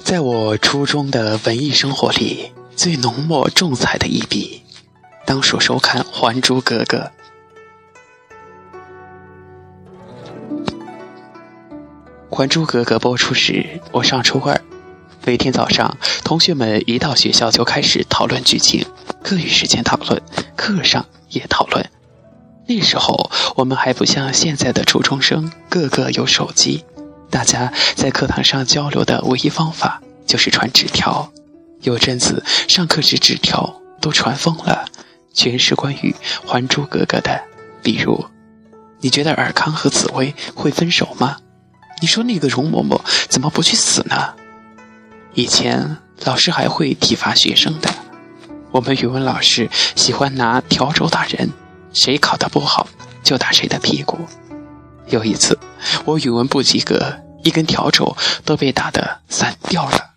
在我初中的文艺生活里，最浓墨重彩的一笔，当属收看《还珠格格》。《还珠格格》播出时，我上初二。每天早上，同学们一到学校就开始讨论剧情，课余时间讨论，课上也讨论。那时候我们还不像现在的初中生，个个有手机，大家在课堂上交流的唯一方法就是传纸条。有阵子上课时纸条都传疯了，全是关于《还珠格格》的，比如你觉得尔康和紫薇会分手吗？你说那个容嬷嬷怎么不去死呢？以前老师还会体罚学生的，我们语文老师喜欢拿笤帚打人，谁考得不好就打谁的屁股。有一次我语文不及格，一根笤帚都被打得散掉了。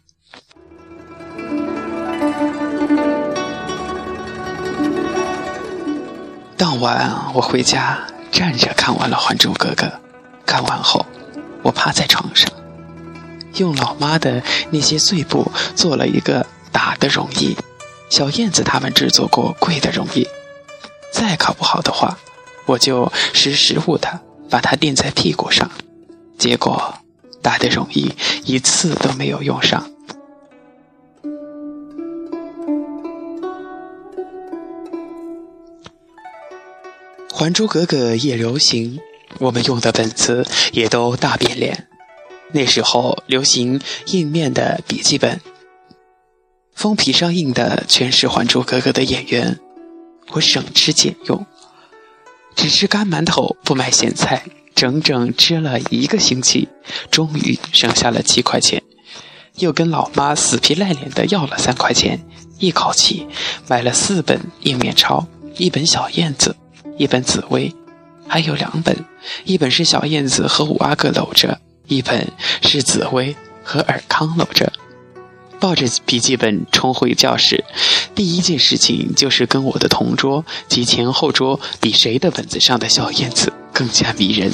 当晚我回家站着看完了《还珠格格》，看完后我趴在床上，用老妈的那些碎布做了一个打的容易，小燕子他们制作过跪的容易，再考不好的话，我就识时务的把它垫在屁股上，结果打的容易一次都没有用上。《还珠格格》夜流行，我们用的本子也都大变脸。那时候流行印面的笔记本，封皮上印的全是《还珠格格》的演员。我省吃俭用，只吃干馒头不买咸菜，整整吃了1个星期，终于剩下了7块钱，又跟老妈死皮赖脸的要了3块钱，一口气买了4本印面钞，1本小燕子，1本紫薇，还有2本，一本是小燕子和5阿哥搂着，一本是紫薇和尔康搂着。抱着笔记本冲回教室，第一件事情就是跟我的同桌及前后桌比谁的本子上的小燕子更加迷人。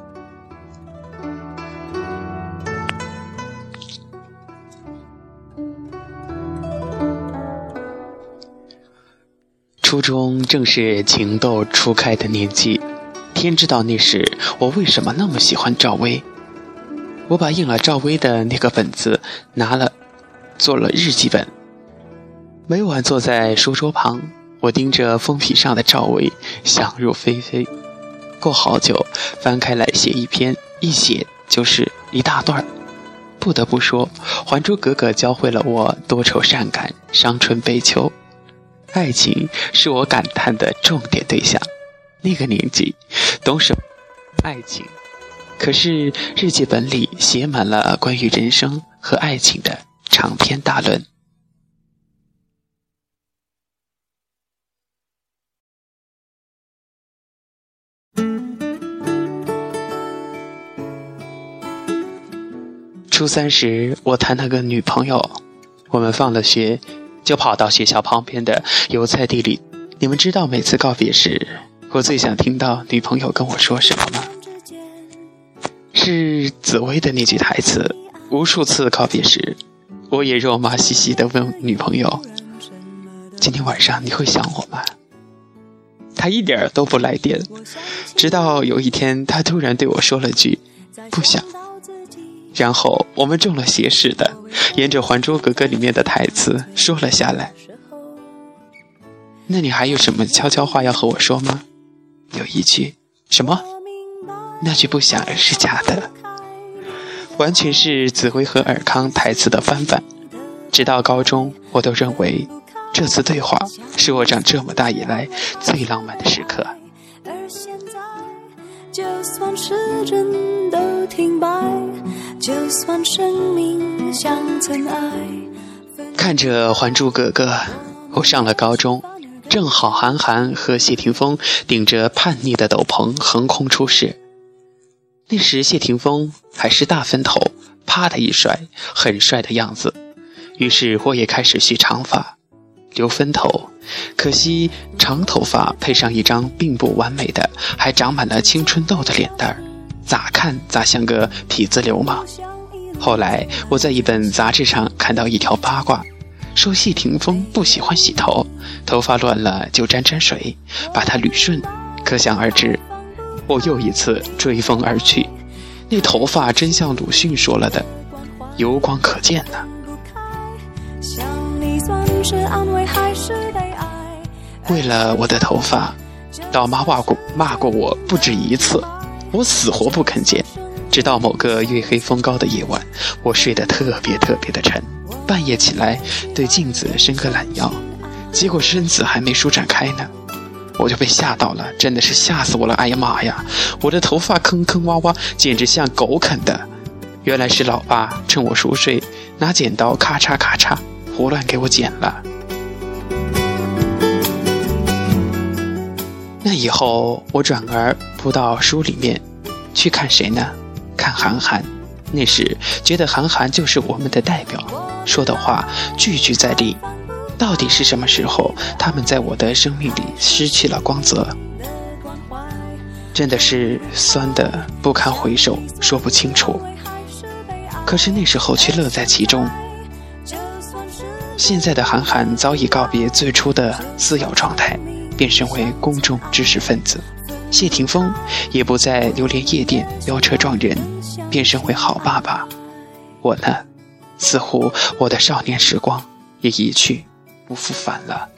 初中正是情窦初开的年纪，天知道那时我为什么那么喜欢赵薇。我把印了赵薇的那个本子拿了做了日记本，每晚坐在书桌旁，我盯着封皮上的赵薇想入非非。过好久翻开来写一篇，一写就是一大段。不得不说，《还珠格格》教会了我多愁善感，伤春悲秋。爱情是我感叹的重点对象，那个年纪懂什么爱情，可是日记本里写满了关于人生和爱情的长篇大论。初3时我谈了个女朋友，我们放了学就跑到学校旁边的油菜地里。你们知道每次告别时我最想听到女朋友跟我说什么吗？是紫薇的那句台词。无数次告别时，我也肉麻兮兮地问女朋友，今天晚上你会想我吗？她一点都不来电，直到有一天她突然对我说了句不想，然后我们中了邪似的沿着《还珠格格》里面的台词说了下来。那你还有什么悄悄话要和我说吗？有一句，什么？那句不想是假的，完全是紫薇和尔康台词的翻版。直到高中，我都认为这次对话是我长这么大以来最浪漫的时刻。 而现在，就算时针都停摆，就算生命像尘埃。 看着《还珠格格》，我上了高中，正好韩寒和谢霆锋顶着叛逆的斗篷横空出世。那时谢霆锋还是大分头，啪的一甩，很帅的样子。于是我也开始蓄长发，留分头。可惜长头发配上一张并不完美的还长满了青春痘的脸蛋儿，咋看咋像个痞子流氓。 后来我在一本杂志上看到一条八卦，说谢霆锋不喜欢洗头，头发乱了就沾水，把它捋顺。可想而知，我又一次追风而去，那头发真像鲁迅说了的，油光可见呢。为了我的头发，老妈骂过我不止一次，我死活不肯剪。直到某个月黑风高的夜晚，我睡得特别的沉，半夜起来对镜子伸个懒腰，结果身子还没舒展开呢，我就被吓到了，真的是吓死我了！哎呀妈呀，我的头发坑坑洼洼，简直像狗啃的。原来是老爸趁我熟睡，拿剪刀咔嚓咔嚓胡乱给我剪了。那以后我转而扑到书里面去看谁呢？看韩寒。那时觉得韩寒就是我们的代表，说的话句句在理。到底是什么时候他们在我的生命里失去了光泽？真的是酸得不堪回首，说不清楚。可是那时候却乐在其中。现在的韩寒早已告别最初的自由状态，变身为公众知识分子。谢霆锋也不再流连夜店飙车撞人，变身为好爸爸。我呢，似乎我的少年时光也一去不复返了。